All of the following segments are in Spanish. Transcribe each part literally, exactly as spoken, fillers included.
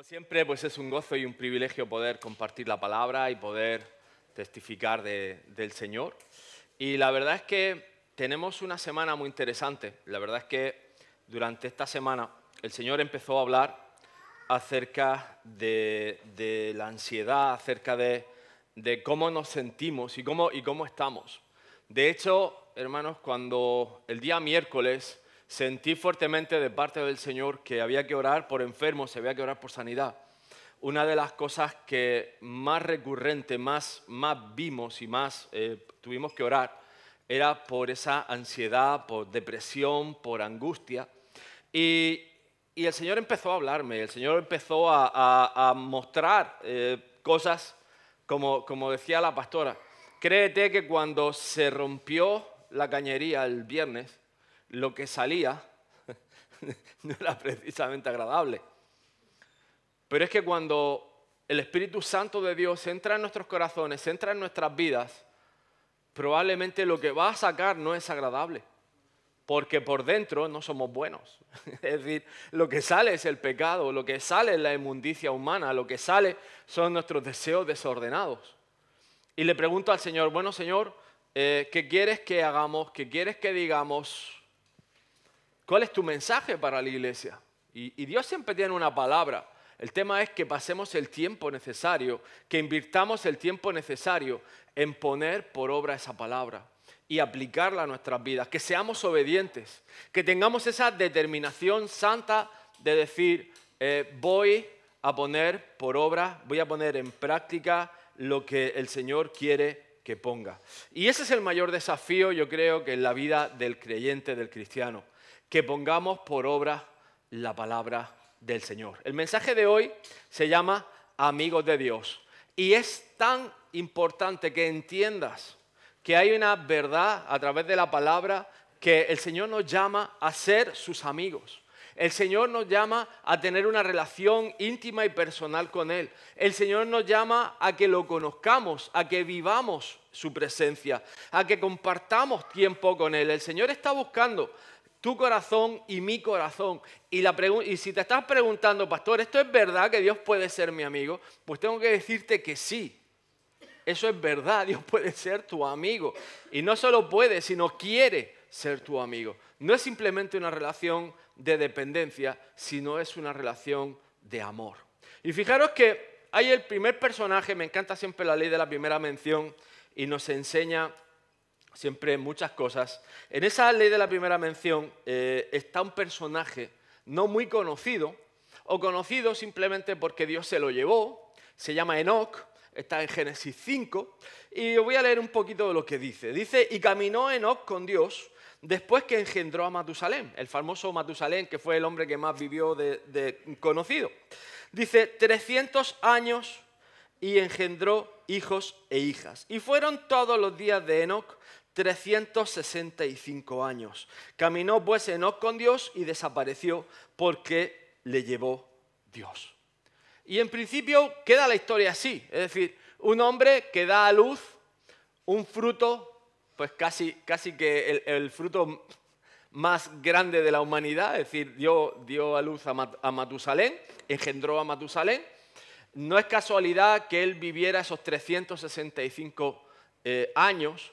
siempre, pues es un gozo y un privilegio poder compartir la palabra y poder testificar de- del Señor. Y la verdad es que tenemos una semana muy interesante. La verdad es que durante esta semana el Señor empezó a hablar acerca de, de la ansiedad, acerca de, de cómo nos sentimos y cómo, y cómo estamos. De hecho, hermanos, cuando el día miércoles sentí fuertemente de parte del Señor que había que orar por enfermos, había que orar por sanidad, una de las cosas que más recurrente, más, más vimos y más eh, tuvimos que orar era por esa ansiedad, por depresión, por angustia. Y, y el Señor empezó a hablarme, el Señor empezó a, a- a mostrar eh, cosas como, como decía la pastora. Créete que cuando se rompió la cañería el viernes, lo que salía no era precisamente agradable. Pero es que cuando el Espíritu Santo de Dios entra en nuestros corazones, entra en nuestras vidas, probablemente lo que va a sacar no es agradable, porque por dentro no somos buenos. Es decir, lo que sale es el pecado, lo que sale es la inmundicia humana, lo que sale son nuestros deseos desordenados. Y le pregunto al Señor, bueno Señor, eh, ¿qué quieres que hagamos? ¿Qué quieres que digamos? ¿Cuál es tu mensaje para la iglesia? Y, y Dios siempre tiene una palabra. El tema es que pasemos el tiempo necesario, que invirtamos el tiempo necesario en poner por obra esa palabra y aplicarla a nuestras vidas, que seamos obedientes, que tengamos esa determinación santa de decir, eh, voy a poner por obra, voy a poner en práctica lo que el Señor quiere que ponga. Y ese es el mayor desafío, yo creo, que en la vida del creyente, del cristiano, que pongamos por obra la palabra del Señor. El mensaje de hoy se llama Amigos de Dios. Y es tan importante que entiendas que hay una verdad a través de la palabra que el Señor nos llama a ser sus amigos. El Señor nos llama a tener una relación íntima y personal con Él. El Señor nos llama a que lo conozcamos, a que vivamos su presencia, a que compartamos tiempo con Él. El Señor está buscando tu corazón y mi corazón. Y, la y si te estás preguntando, pastor, ¿esto es verdad que Dios puede ser mi amigo? Pues tengo que decirte que sí. Eso es verdad, Dios puede ser tu amigo. Y no solo puede, sino quiere ser tu amigo. No es simplemente una relación de dependencia, sino es una relación de amor. Y fijaros que hay el primer personaje, me encanta siempre la ley de la primera mención, y nos enseña siempre muchas cosas. En esa ley de la primera mención eh, está un personaje no muy conocido, o conocido simplemente porque Dios se lo llevó, se llama Enoc, está en Génesis cinco, y os voy a leer un poquito de lo que dice. Dice, y caminó Enoc con Dios después que engendró a Matusalén, el famoso Matusalén, que fue el hombre que más vivió de, de conocido. Dice, trescientos años y engendró hijos e hijas. Y fueron todos los días de Enoc trescientos sesenta y cinco años. Caminó pues Enoc con Dios y desapareció porque le llevó Dios. Y en principio queda la historia así, es decir, un hombre que da a luz un fruto, pues casi, casi que el, el fruto más grande de la humanidad, es decir, dio, dio a luz a, Mat, a Matusalén, engendró a Matusalén. No es casualidad que él viviera esos trescientos sesenta y cinco eh, años,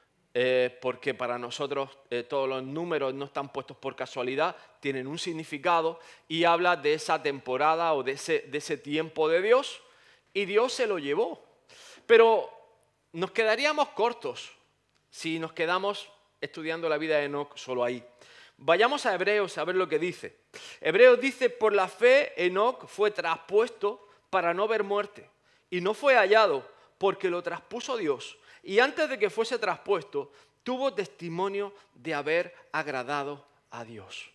eh, porque para nosotros eh, todos los números no están puestos por casualidad, tienen un significado y habla de esa temporada o de ese, de ese tiempo de Dios, y Dios se lo llevó. Pero nos quedaríamos cortos si nos quedamos estudiando la vida de Enoc solo ahí. Vayamos a Hebreos a ver lo que dice. Hebreos dice, por la fe Enoc fue traspuesto para no ver muerte, y no fue hallado porque lo traspuso Dios, y antes de que fuese traspuesto, tuvo testimonio de haber agradado a Dios.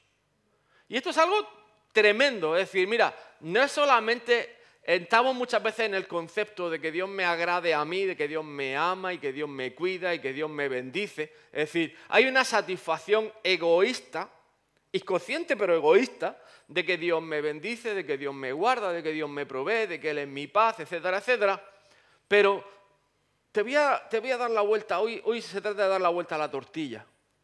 Y esto es algo tremendo, es decir, mira, no es solamente, estamos muchas veces en el concepto de que Dios me agrade a mí, de que Dios me ama y que Dios me cuida y que Dios me bendice. Es decir, hay una satisfacción egoísta, inconsciente pero egoísta, de que Dios me bendice, de que Dios me guarda, de que Dios me provee, de que Él es mi paz, etcétera, etcétera. Pero te voy a, te voy a dar la vuelta, hoy, hoy se trata de dar la vuelta a la tortilla.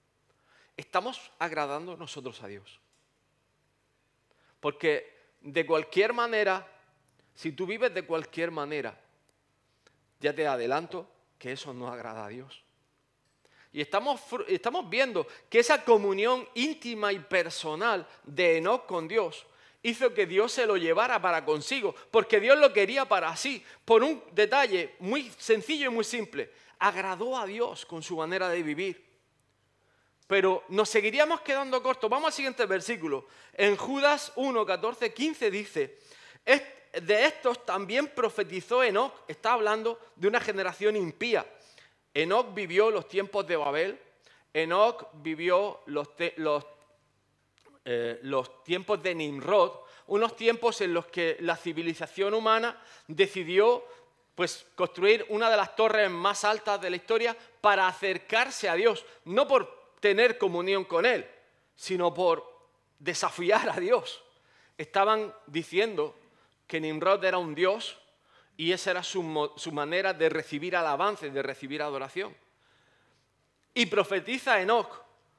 ¿Estamos agradando nosotros a Dios? Porque de cualquier manera Si tú vives de cualquier manera, ya te adelanto que eso no agrada a Dios. Y estamos, estamos viendo que esa comunión íntima y personal de Enoc con Dios hizo que Dios se lo llevara para consigo, porque Dios lo quería para sí, por un detalle muy sencillo y muy simple. Agradó a Dios con su manera de vivir. Pero nos seguiríamos quedando cortos. Vamos al siguiente versículo. En Judas uno, catorce, quince dice, de estos también profetizó Enoc. Está hablando de una generación impía. Enoc vivió los tiempos de Babel. Enoc vivió los, te, los, eh, los tiempos de Nimrod, unos tiempos en los que la civilización humana decidió pues, construir una de las torres más altas de la historia para acercarse a Dios, no por tener comunión con Él, sino por desafiar a Dios. Estaban diciendo que Nimrod era un dios y esa era su, su manera de recibir alabanza y de recibir adoración. Y profetiza Enoc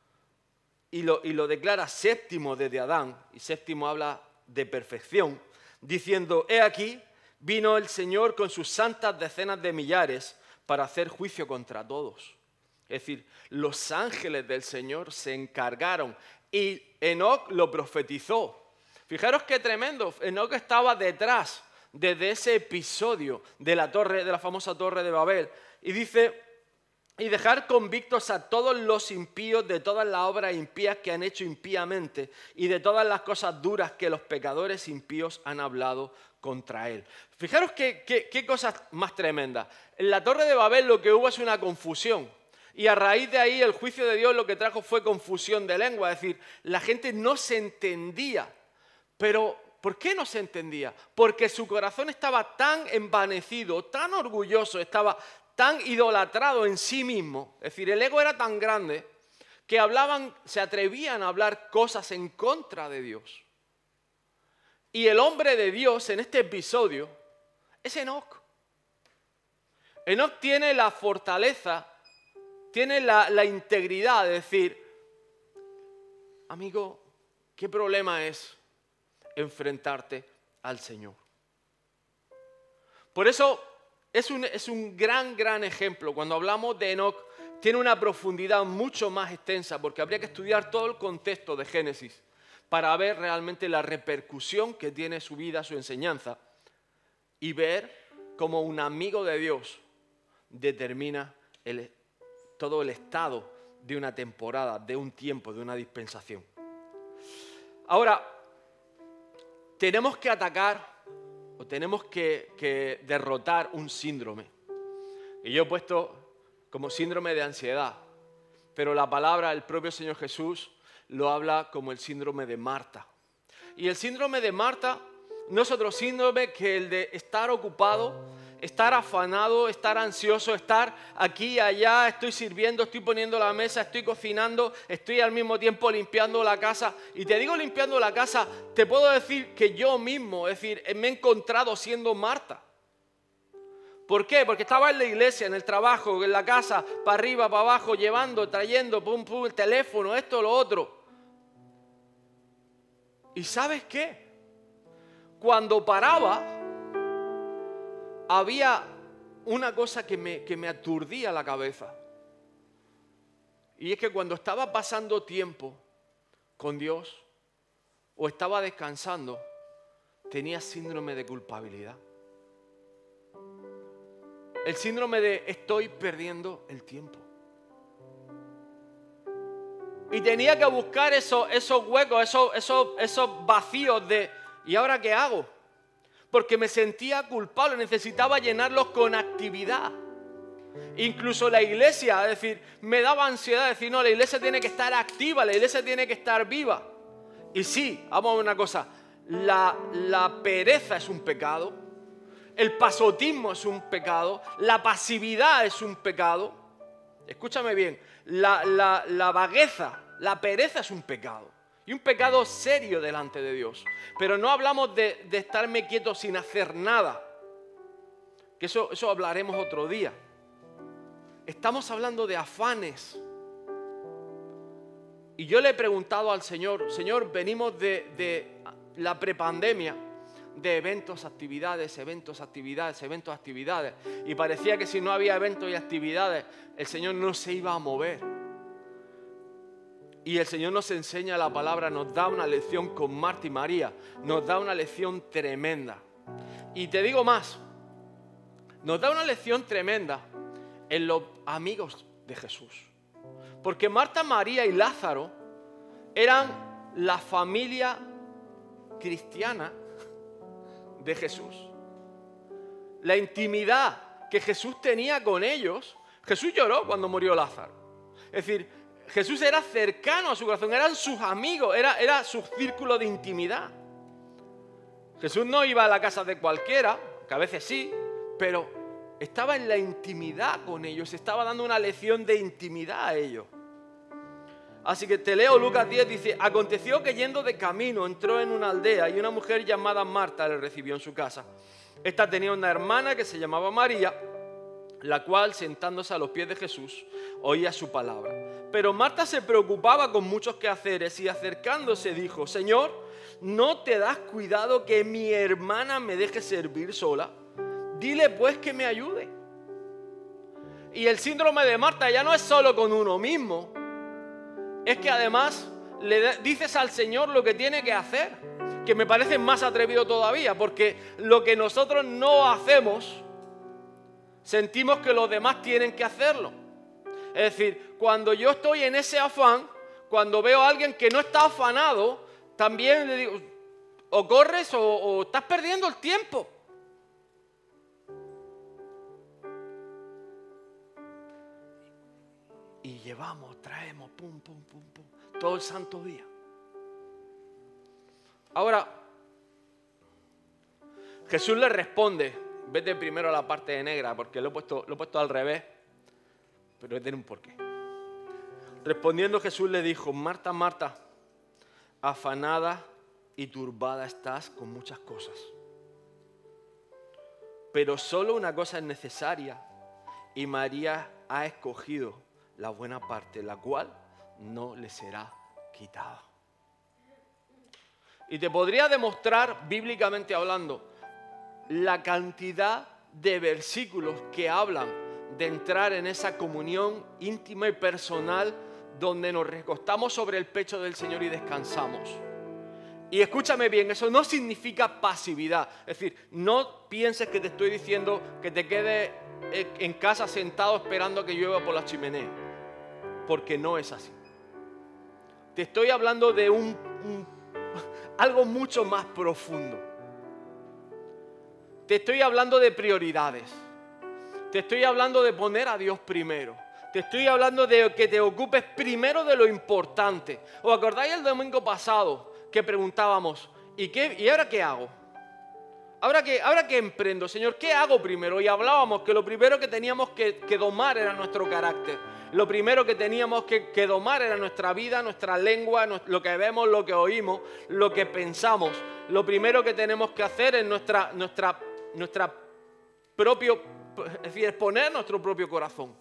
y lo, y lo declara séptimo desde Adán, y séptimo habla de perfección, diciendo, he aquí, vino el Señor con sus santas decenas de millares para hacer juicio contra todos. Es decir, los ángeles del Señor se encargaron y Enoc lo profetizó. Fijaros qué tremendo, Enoc estaba detrás desde ese episodio de la torre, de la famosa torre de Babel, y dice, y dejar convictos a todos los impíos de todas las obras impías que han hecho impíamente y de todas las cosas duras que los pecadores impíos han hablado contra él. Fijaros qué, qué, qué cosas más tremendas. En la torre de Babel lo que hubo es una confusión. Y a raíz de ahí el juicio de Dios lo que trajo fue confusión de lengua. Es decir, la gente no se entendía. Pero, ¿por qué no se entendía? Porque su corazón estaba tan envanecido, tan orgulloso, estaba tan idolatrado en sí mismo. Es decir, el ego era tan grande que hablaban, se atrevían a hablar cosas en contra de Dios. Y el hombre de Dios en este episodio es Enoc. Enoc tiene la fortaleza, tiene la, la integridad de decir, amigo, ¿qué problema es enfrentarte al Señor? Por eso es un, es un gran, gran ejemplo. Cuando hablamos de Enoc, tiene una profundidad mucho más extensa, porque habría que estudiar todo el contexto de Génesis para ver realmente la repercusión que tiene su vida, su enseñanza, y ver cómo un amigo de Dios determina el, todo el estado de una temporada, de un tiempo, de una dispensación. Ahora, tenemos que atacar o tenemos que, que derrotar un síndrome. Y yo he puesto como síndrome de ansiedad, pero la palabra, el propio Señor Jesús, lo habla como el síndrome de Marta. Y el síndrome de Marta no es otro síndrome que el de estar ocupado, estar afanado, estar ansioso, estar aquí y allá, estoy sirviendo, estoy poniendo la mesa, estoy cocinando, estoy al mismo tiempo limpiando la casa. Y te digo limpiando la casa, te puedo decir que yo mismo, es decir, me he encontrado siendo Marta. ¿Por qué? Porque estaba en la iglesia, en el trabajo, en la casa, para arriba, para abajo, llevando, trayendo, pum, pum, el teléfono, esto, lo otro. ¿Y sabes qué? Cuando paraba, había una cosa que me, que me aturdía la cabeza. Y es que cuando estaba pasando tiempo con Dios o estaba descansando, tenía síndrome de culpabilidad. El síndrome de estoy perdiendo el tiempo. Y tenía que buscar esos, esos huecos, esos, esos, esos vacíos de ¿y ahora qué hago? Porque me sentía culpable, necesitaba llenarlos con actividad. Incluso la iglesia, es decir, me daba ansiedad decir, no, la iglesia tiene que estar activa, la iglesia tiene que estar viva. Y sí, vamos a ver una cosa, la, la pereza es un pecado. El pasotismo es un pecado, la pasividad es un pecado. Escúchame bien, la, la, la vagueza, la pereza es un pecado. Y un pecado serio delante de Dios. Pero no hablamos de, de estarme quieto sin hacer nada. Que eso, eso hablaremos otro día. Estamos hablando de afanes. Y yo le he preguntado al Señor, Señor, venimos de, de la prepandemia, de eventos, actividades, eventos, actividades, eventos, actividades. Y parecía que si no había eventos y actividades, el Señor no se iba a mover. Y el Señor nos enseña la palabra, nos da una lección con Marta y María, nos da una lección tremenda. Y te digo más, nos da una lección tremenda en los amigos de Jesús. Porque Marta, María y Lázaro eran la familia cristiana de Jesús. La intimidad que Jesús tenía con ellos. Jesús lloró cuando murió Lázaro. Es decir, Jesús era cercano a su corazón, eran sus amigos, era, era su círculo de intimidad. Jesús no iba a la casa de cualquiera, que a veces sí, pero estaba en la intimidad con ellos, estaba dando una lección de intimidad a ellos. Así que te leo Lucas diez, dice: aconteció que yendo de camino entró en una aldea y una mujer llamada Marta le recibió en su casa. Esta tenía una hermana que se llamaba María, la cual, sentándose a los pies de Jesús, oía su palabra. Pero Marta se preocupaba con muchos quehaceres y acercándose dijo: Señor, ¿no te das cuidado que mi hermana me deje servir sola? Dile pues que me ayude. Y el síndrome de Marta ya no es solo con uno mismo, es que además le dices al Señor lo que tiene que hacer, que me parece más atrevido todavía, porque lo que nosotros no hacemos, sentimos que los demás tienen que hacerlo. Es decir, cuando yo estoy en ese afán, cuando veo a alguien que no está afanado, también le digo, o corres o, o estás perdiendo el tiempo. Y llevamos, traemos, pum, pum, pum, pum, todo el santo día. Ahora, Jesús le responde, vete primero a la parte de negra, porque lo he puesto, lo he puesto al revés, pero tiene un porqué. Respondiendo Jesús le dijo: Marta, Marta, afanada y turbada estás con muchas cosas, pero solo una cosa es necesaria, y María ha escogido la buena parte, la cual no le será quitada. Y te podría demostrar, bíblicamente hablando, la cantidad de versículos que hablan de entrar en esa comunión íntima y personal donde nos recostamos sobre el pecho del Señor y descansamos. Y escúchame bien, eso no significa pasividad. Es decir, no pienses que te estoy diciendo que te quedes en casa sentado esperando que llueva por la chimenea, porque no es así. Te estoy hablando de un, un, algo mucho más profundo. Te estoy hablando de prioridades. Te estoy hablando de poner a Dios primero. Te estoy hablando de que te ocupes primero de lo importante. ¿Os acordáis el domingo pasado que preguntábamos, ¿y, qué, y ahora qué hago? ¿Ahora qué, ¿Ahora qué emprendo, Señor? ¿Qué hago primero? Y hablábamos que lo primero que teníamos que, que domar era nuestro carácter. Lo primero que teníamos que, que domar era nuestra vida, nuestra lengua, lo que vemos, lo que oímos, lo que pensamos. Lo primero que tenemos que hacer es nuestra, nuestra, nuestra propio, es decir, exponer nuestro propio corazón.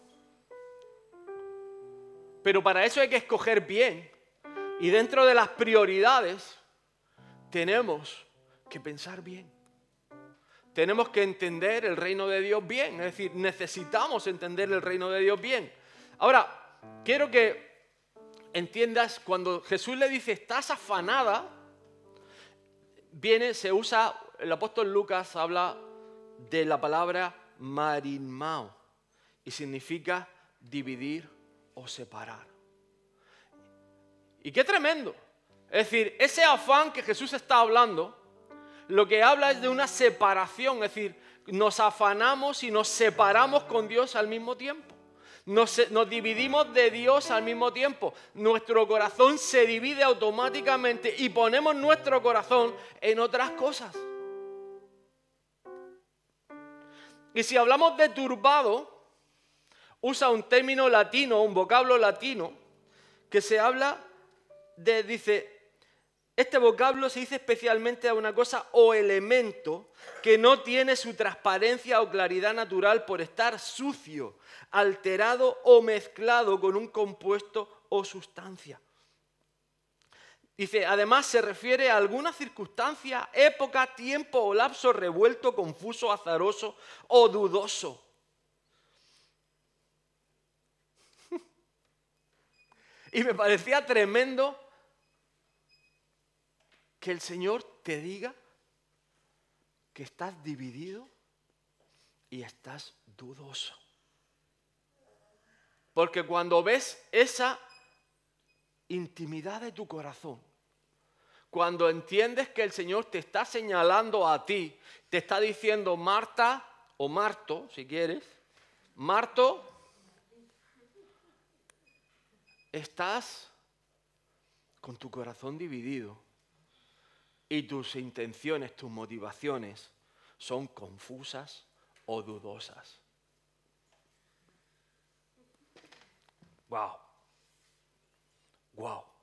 Pero para eso hay que escoger bien. Y dentro de las prioridades tenemos que pensar bien. Tenemos que entender el reino de Dios bien. Es decir, necesitamos entender el reino de Dios bien. Ahora, quiero que entiendas, cuando Jesús le dice, estás afanada, viene, se usa, el apóstol Lucas habla de la palabra marinmao, y significa dividir o separar. Y qué tremendo. Es decir, ese afán que Jesús está hablando, lo que habla es de una separación, es decir, nos afanamos y nos separamos con Dios al mismo tiempo. Nos, nos dividimos de Dios al mismo tiempo. Nuestro corazón se divide automáticamente y ponemos nuestro corazón en otras cosas. Y si hablamos de turbado, usa un término latino, un vocablo latino, que se habla de, dice, este vocablo se dice especialmente a una cosa o elemento que no tiene su transparencia o claridad natural por estar sucio, alterado o mezclado con un compuesto o sustancia. Dice, además se refiere a alguna circunstancia, época, tiempo o lapso revuelto, confuso, azaroso o dudoso. Y me parecía tremendo que el Señor te diga que estás dividido y estás dudoso. Porque cuando ves esa intimidad de tu corazón, cuando entiendes que el Señor te está señalando a ti, te está diciendo Marta o Marto, si quieres, Marto, estás con tu corazón dividido y tus intenciones, tus motivaciones son confusas o dudosas. Wow. Wow.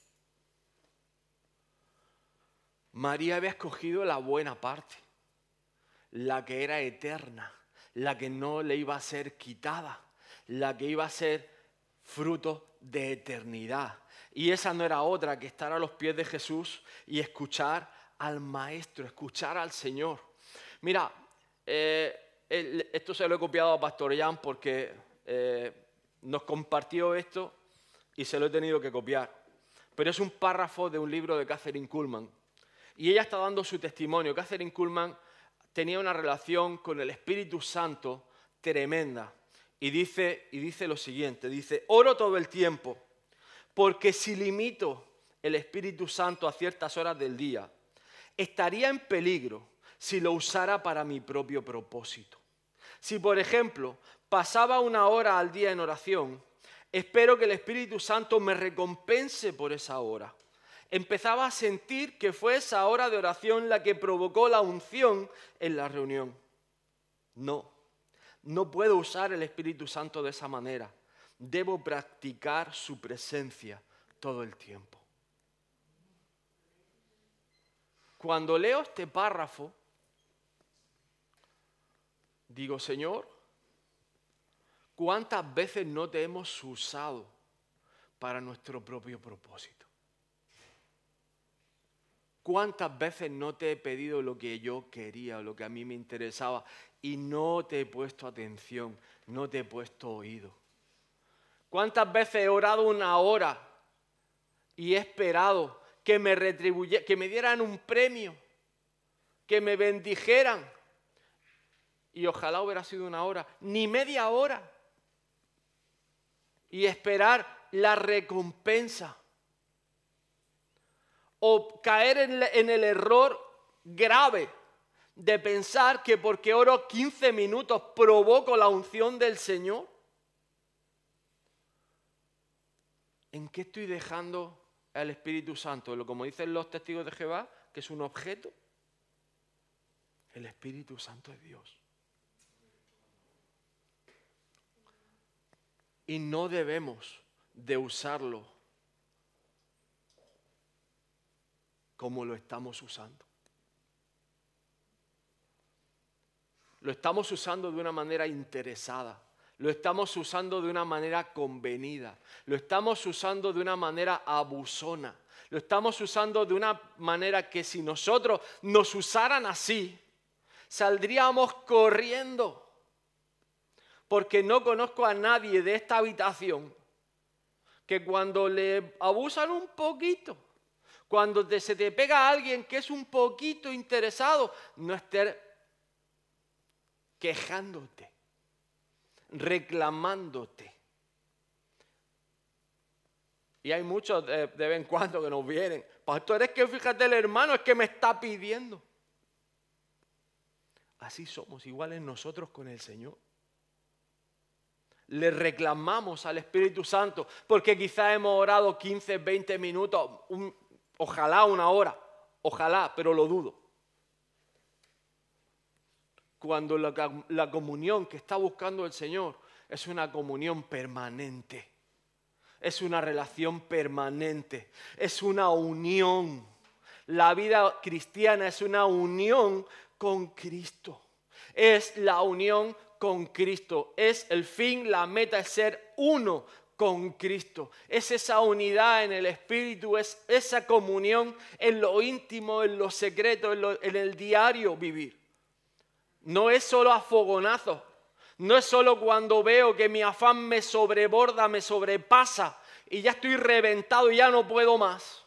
María había escogido la buena parte, la que era eterna, la que no le iba a ser quitada, la que iba a ser fruto de eternidad. Y esa no era otra que estar a los pies de Jesús y escuchar al Maestro, escuchar al Señor. Mira, eh, el, esto se lo he copiado a Pastor Jan porque eh, nos compartió esto y se lo he tenido que copiar. Pero es un párrafo de un libro de Kathryn Kuhlman. Y ella está dando su testimonio. Kathryn Kuhlman tenía una relación con el Espíritu Santo tremenda. Y dice, y dice lo siguiente, dice, oro todo el tiempo, porque si limito el Espíritu Santo a ciertas horas del día, estaría en peligro si lo usara para mi propio propósito. Si, por ejemplo, pasaba una hora al día en oración, espero que el Espíritu Santo me recompense por esa hora. Empezaba a sentir que fue esa hora de oración la que provocó la unción en la reunión. No. No puedo usar el Espíritu Santo de esa manera. Debo practicar su presencia todo el tiempo. Cuando leo este párrafo, digo, Señor, ¿cuántas veces no te hemos usado para nuestro propio propósito? ¿Cuántas veces no te he pedido lo que yo quería o lo que a mí me interesaba y no te he puesto atención, no te he puesto oído? ¿Cuántas veces he orado una hora y he esperado que me retribuyera, que me dieran un premio, que me bendijeran? Y ojalá hubiera sido una hora, ni media hora. Y esperar la recompensa. O caer en, en el error grave de pensar que porque oro quince minutos provoco la unción del Señor. ¿En qué estoy dejando al Espíritu Santo? Como dicen los testigos de Jehová, que es un objeto. El Espíritu Santo es Dios. Y no debemos de usarlo como lo estamos usando. Lo estamos usando de una manera interesada. Lo estamos usando de una manera convenida. Lo estamos usando de una manera abusona. Lo estamos usando de una manera que si nosotros nos usaran así, saldríamos corriendo. Porque no conozco a nadie de esta habitación que cuando le abusan un poquito, cuando te, se te pega a alguien que es un poquito interesado, no estés quejándote, reclamándote. Y hay muchos de, de vez en cuando que nos vienen. Pastor, es que fíjate el hermano, es que me está pidiendo. Así somos, iguales nosotros con el Señor. Le reclamamos al Espíritu Santo porque quizás hemos orado quince, veinte minutos, un, ojalá una hora, ojalá, pero lo dudo. Cuando la, la comunión que está buscando el Señor es una comunión permanente, es una relación permanente, es una unión. La vida cristiana es una unión con Cristo, es la unión con Cristo, es el fin, la meta es ser uno con Cristo. Es esa unidad en el Espíritu, es esa comunión en lo íntimo, en lo secreto, en, lo, en el diario vivir. No es solo a fogonazos, no es solo cuando veo que mi afán me sobreborda, me sobrepasa y ya estoy reventado y ya no puedo más.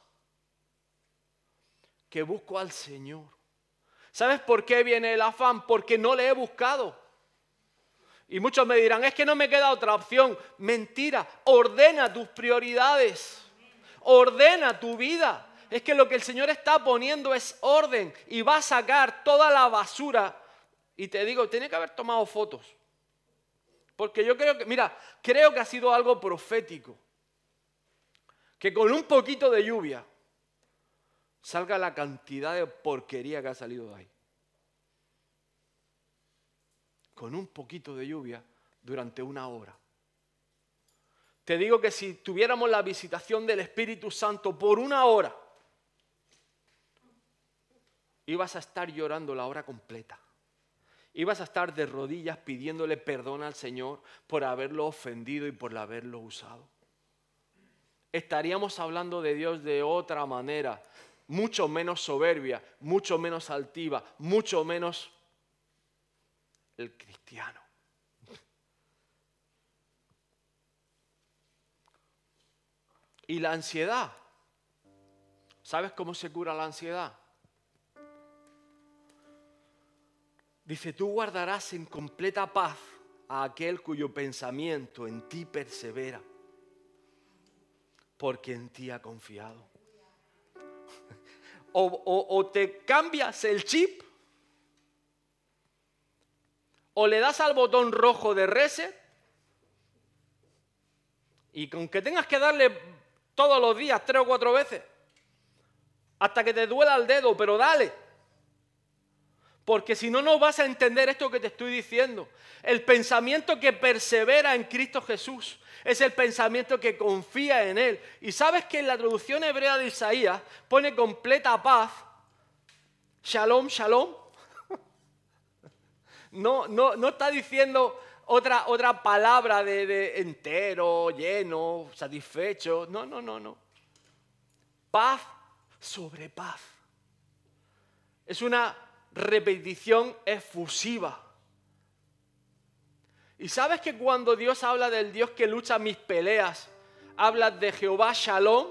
Que busco al Señor. ¿Sabes por qué viene el afán? Porque no le he buscado. Y muchos me dirán, es que no me queda otra opción. Mentira, ordena tus prioridades. Ordena tu vida. Es que lo que el Señor está poniendo es orden y va a sacar toda la basura. Y te digo, tiene que haber tomado fotos. Porque yo creo que, mira, creo que ha sido algo profético. Que con un poquito de lluvia salga la cantidad de porquería que ha salido de ahí. Con un poquito de lluvia durante una hora. Te digo que si tuviéramos la visitación del Espíritu Santo por una hora, ibas a estar llorando la hora completa. Ibas a estar de rodillas pidiéndole perdón al Señor por haberlo ofendido y por haberlo usado. Estaríamos hablando de Dios de otra manera, mucho menos soberbia, mucho menos altiva, mucho menos el cristiano. Y la ansiedad. ¿Sabes cómo se cura la ansiedad? Dice, tú guardarás en completa paz a aquel cuyo pensamiento en ti persevera, porque en ti ha confiado. O, o, o te cambias el chip, o le das al botón rojo de reset, y con que tengas que darle todos los días, tres o cuatro veces, hasta que te duela el dedo, pero dale. Porque si no, no vas a entender esto que te estoy diciendo. El pensamiento que persevera en Cristo Jesús es el pensamiento que confía en Él. Y sabes que en la traducción hebrea de Isaías pone completa paz. Shalom, shalom. No, no, no está diciendo otra, otra palabra de, de entero, lleno, satisfecho. No, no, no, no. Paz sobre paz. Es una repetición efusiva. Y sabes que cuando Dios habla del Dios que lucha mis peleas, habla de Jehová Shalom,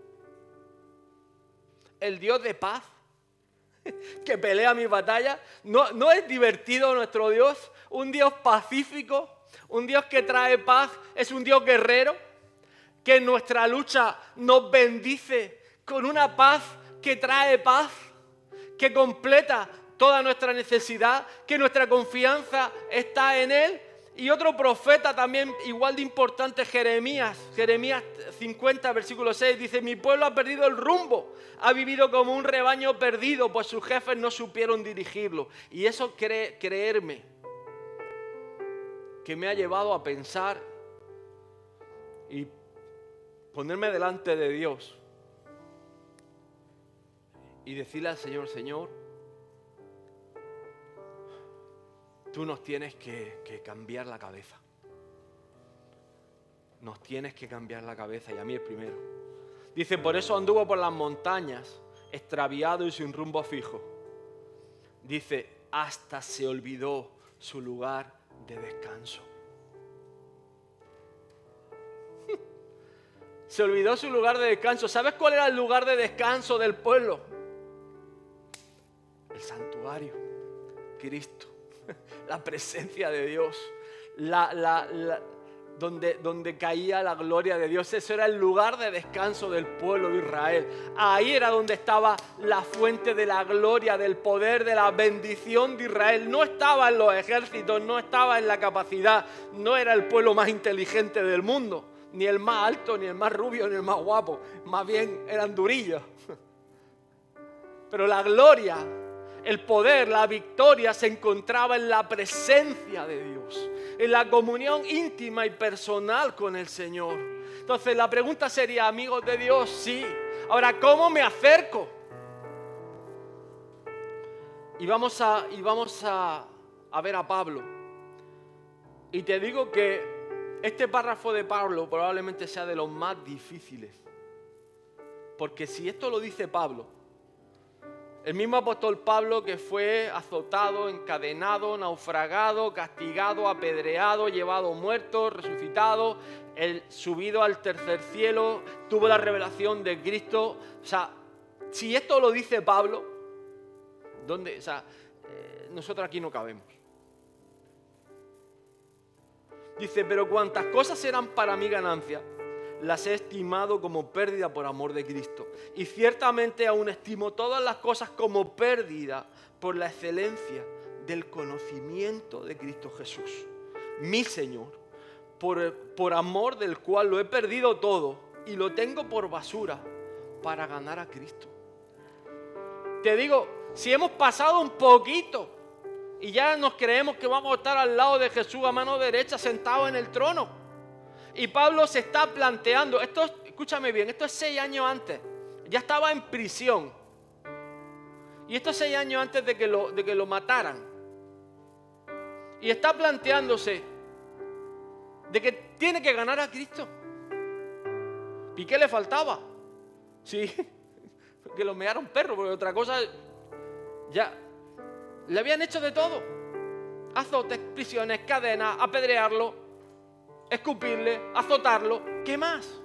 el Dios de paz, que pelea mis batallas. ¿No, no es divertido nuestro Dios? Un Dios pacífico, un Dios que trae paz, es un Dios guerrero, que en nuestra lucha nos bendice con una paz que trae paz, que completa toda nuestra necesidad, que nuestra confianza está en Él. Y otro profeta también igual de importante, Jeremías, Jeremías cincuenta, versículo seis, dice, mi pueblo ha perdido el rumbo, ha vivido como un rebaño perdido, pues sus jefes no supieron dirigirlo. Y eso, cre- creerme, que me ha llevado a pensar y ponerme delante de Dios y decirle al Señor, Señor, tú nos tienes que, que cambiar la cabeza. Nos tienes que cambiar la cabeza, y a mí el primero. Dice, por eso anduvo por las montañas, extraviado y sin rumbo fijo. Dice, hasta se olvidó su lugar de descanso. Se olvidó su lugar de descanso. ¿Sabes cuál era el lugar de descanso del pueblo? El santuario, Cristo. La presencia de Dios, la, la, la, donde, donde caía la gloria de Dios. Ese era el lugar de descanso del pueblo de Israel. Ahí era donde estaba la fuente de la gloria, del poder, de la bendición de Israel. No estaba en los ejércitos, no estaba en la capacidad, no era el pueblo más inteligente del mundo, ni el más alto, ni el más rubio, ni el más guapo. Más bien eran durillos. Pero la gloria, el poder, la victoria se encontraba en la presencia de Dios, en la comunión íntima y personal con el Señor. Entonces la pregunta sería, amigos de Dios, sí. Ahora, ¿cómo me acerco? Y vamos a, y vamos a, a ver a Pablo. Y te digo que Este párrafo de Pablo probablemente sea de los más difíciles. Porque si esto lo dice Pablo, el mismo apóstol Pablo que fue azotado, encadenado, naufragado, castigado, apedreado, llevado muerto, resucitado, el subido al tercer cielo, tuvo la revelación de Cristo. O sea, si esto lo dice Pablo, ¿dónde? O sea, eh, nosotros aquí no cabemos. Dice, pero cuantas cosas eran para mi ganancia, las he estimado como pérdida por amor de Cristo. Y ciertamente aún estimo todas las cosas como pérdida por la excelencia del conocimiento de Cristo Jesús, mi Señor, por, por amor del cual lo he perdido todo y lo tengo por basura para ganar a Cristo. Te digo, si hemos pasado un poquito y ya nos creemos que vamos a estar al lado de Jesús a mano derecha sentado en el trono. Y Pablo se está planteando, esto, escúchame bien, esto es seis años antes, ya estaba en prisión. Y esto es seis años antes de que lo, de que lo mataran. Y está planteándose de que tiene que ganar a Cristo. ¿Y qué le faltaba? Sí, que lo mearon perro, porque otra cosa ya le habían hecho de todo. Azotes, prisiones, cadenas, apedrearlo, escupirle, azotarlo. ¿Qué más?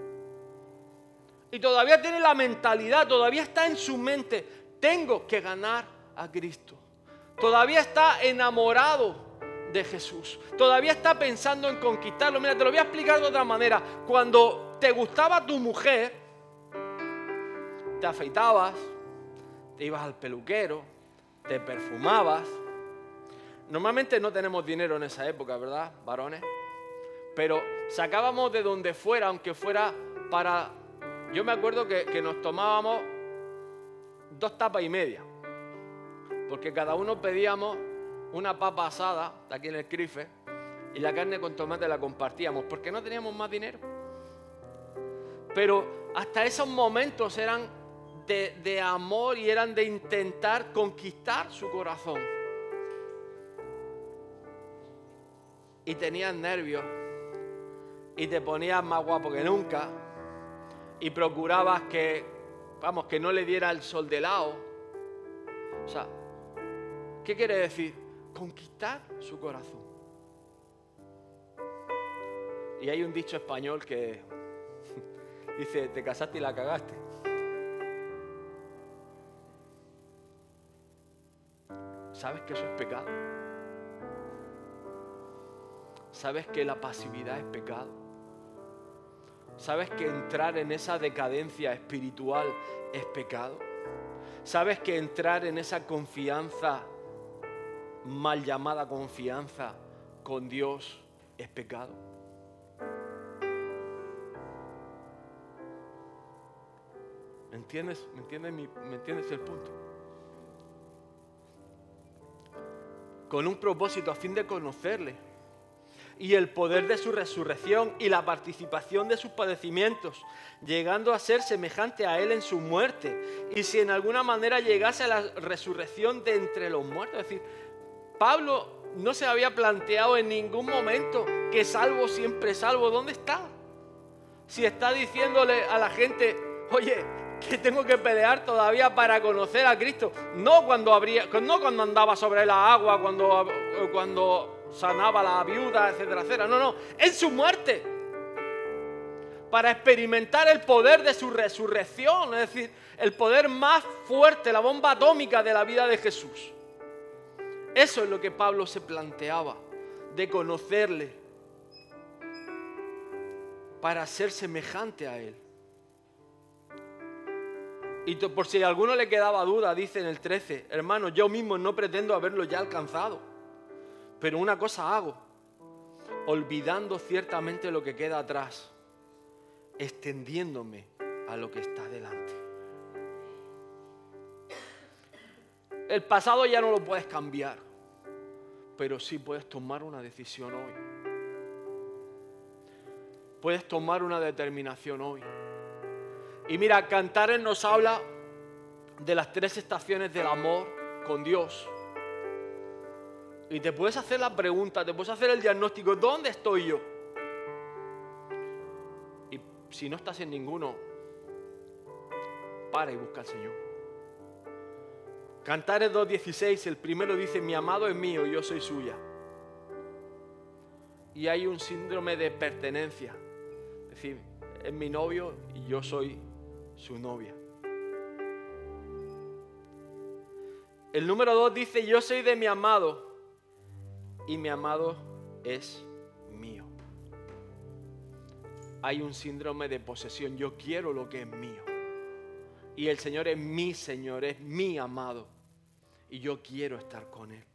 Y todavía tiene la mentalidad, todavía está en su mente, tengo que ganar a Cristo. Todavía está enamorado de Jesús. Todavía está pensando en conquistarlo. Mira, te lo voy a explicar de otra manera. Cuando te gustaba tu mujer, te afeitabas, te ibas al peluquero, te perfumabas. Normalmente no tenemos dinero en esa época, ¿verdad, varones? Pero sacábamos de donde fuera, aunque fuera para... Yo me acuerdo que, que nos tomábamos dos tapas y media, porque cada uno pedíamos una papa asada, aquí en el Crife, y la carne con tomate la compartíamos, porque no teníamos más dinero. Pero hasta esos momentos eran de, de amor y eran de intentar conquistar su corazón. Y tenías nervios, y te ponías más guapo que nunca, y procurabas que, vamos, que no le diera el sol de lado. O sea, ¿qué quiere decir? Conquistar su corazón. Y hay un dicho español que dice, te casaste y la cagaste. ¿Sabes que eso es pecado? ¿Sabes que la pasividad es pecado? ¿Sabes que entrar en esa decadencia espiritual es pecado? ¿Sabes que entrar en esa confianza, mal llamada confianza, con Dios es pecado? ¿Me entiendes? ¿Me entiendes, mi, ¿Me entiendes el punto? Con un propósito a fin de conocerle y el poder de su resurrección y la participación de sus padecimientos, llegando a ser semejante a él en su muerte, y si en alguna manera llegase a la resurrección de entre los muertos. Es decir, Pablo no se había planteado en ningún momento que salvo siempre salvo. ¿Dónde está? Si está diciéndole a la gente, oye, que tengo que pelear todavía para conocer a Cristo. No cuando, habría, no cuando andaba sobre la agua, cuando, cuando sanaba a la viuda, etcétera, etcétera. No, no, en su muerte. Para experimentar el poder de su resurrección. Es decir, el poder más fuerte, la bomba atómica de la vida de Jesús. Eso es lo que Pablo se planteaba, de conocerle para ser semejante a él. Y por si a alguno le quedaba duda, dice en el trece, hermano, yo mismo no pretendo haberlo ya alcanzado, pero una cosa hago, olvidando ciertamente lo que queda atrás, extendiéndome a lo que está delante. El pasado ya no lo puedes cambiar, pero sí puedes tomar una decisión hoy. Puedes tomar una determinación hoy. Y mira, Cantares nos habla de las tres estaciones del amor con Dios. Y te puedes hacer la pregunta, te puedes hacer el diagnóstico, ¿dónde estoy yo? si no estás en ninguno, para y busca al Señor. Cantares dos dieciséis, el primero dice, mi amado es mío y yo soy suya. Y hay un síndrome de pertenencia. Es decir, es mi novio y yo soy su novia. El número dos dice, yo soy de mi amado y mi amado es mío. Hay un síndrome de posesión. Yo quiero lo que es mío. Y el Señor es mi Señor, es mi amado. Y yo quiero estar con Él.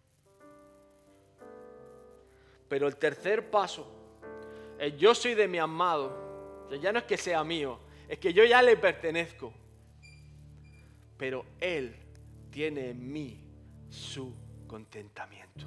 Pero el tercer paso es yo soy de mi amado. O sea, ya no es que sea mío, es que yo ya le pertenezco. Pero Él tiene en mí su contentamiento.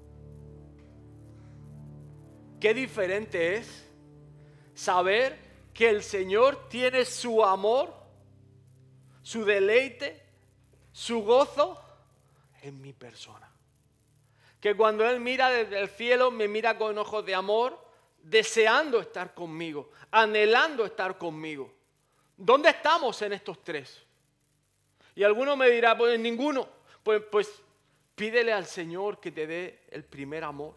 Qué diferente es saber que el Señor tiene su amor, su deleite, su gozo en mi persona. Que cuando Él mira desde el cielo, me mira con ojos de amor, deseando estar conmigo, anhelando estar conmigo. ¿Dónde estamos en estos tres? Y alguno me dirá, pues en ninguno. Pues, pues pídele al Señor que te dé el primer amor.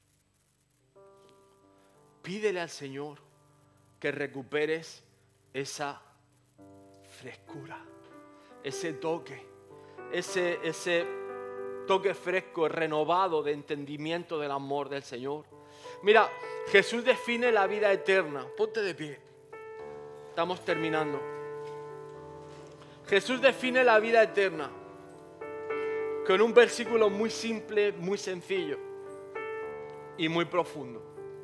Pídele al Señor que recuperes esa frescura, ese toque, ese, ese toque fresco, renovado de entendimiento del amor del Señor. Mira, Jesús define la vida eterna. Ponte de pie. Estamos terminando. Jesús define la vida eterna con un versículo muy simple, muy sencillo y muy profundo.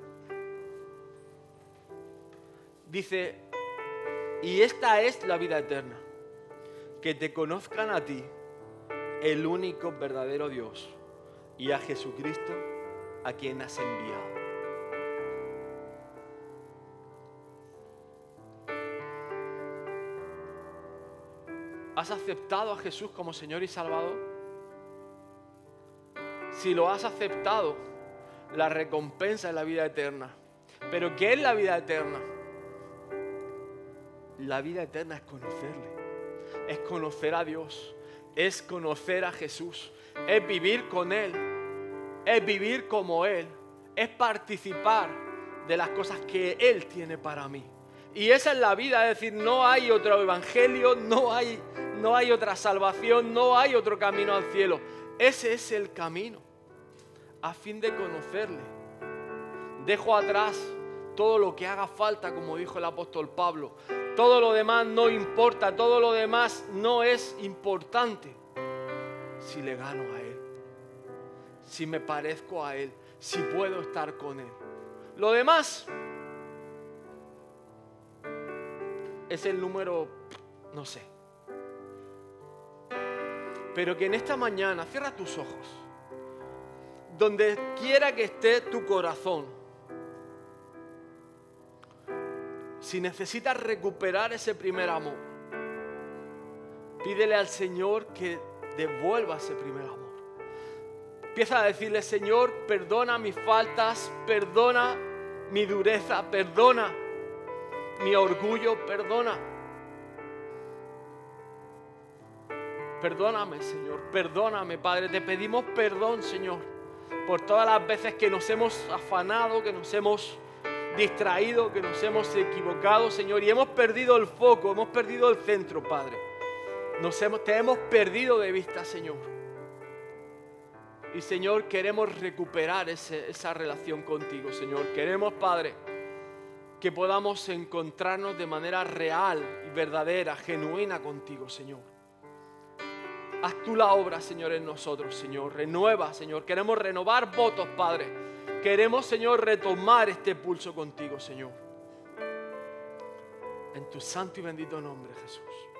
Dice, y esta es la vida eterna, que te conozcan a ti, el único verdadero Dios, y a Jesucristo, a quien has enviado. ¿Has aceptado a Jesús como Señor y Salvador? Si lo has aceptado, la recompensa es la vida eterna. ¿Pero qué es la vida eterna? La vida eterna es conocerle, es conocer a Dios, es conocer a Jesús, es vivir con Él, es vivir como Él, es participar de las cosas que Él tiene para mí. Y esa es la vida, es decir, no hay otro evangelio, no hay, no hay otra salvación, no hay otro camino al cielo. Ese es el camino, a fin de conocerle. Dejo atrás todo lo que haga falta, como dijo el apóstol Pablo. Todo lo demás no importa, todo lo demás no es importante si le gano a Él, si me parezco a Él, si puedo estar con Él. Lo demás es el número, no sé. Pero que en esta mañana, cierra tus ojos, donde quiera que esté tu corazón, si necesitas recuperar ese primer amor, pídele al Señor que devuelva ese primer amor. Empieza a decirle, Señor, perdona mis faltas, perdona mi dureza, perdona mi orgullo, perdona. Perdóname, Señor, perdóname, Padre. Te pedimos perdón, Señor, por todas las veces que nos hemos afanado, que nos hemos distraído, que nos hemos equivocado, Señor, y hemos perdido el foco, hemos perdido el centro, Padre. Nos hemos, te hemos perdido de vista, Señor. Y, Señor, queremos recuperar ese, esa relación contigo, Señor. Queremos, Padre, que podamos encontrarnos de manera real y verdadera, genuina contigo, Señor. Haz tú la obra, Señor, en nosotros, Señor. Renueva, Señor. Queremos renovar votos, Padre. Queremos, Señor, retomar este pulso contigo, Señor. En tu santo y bendito nombre, Jesús.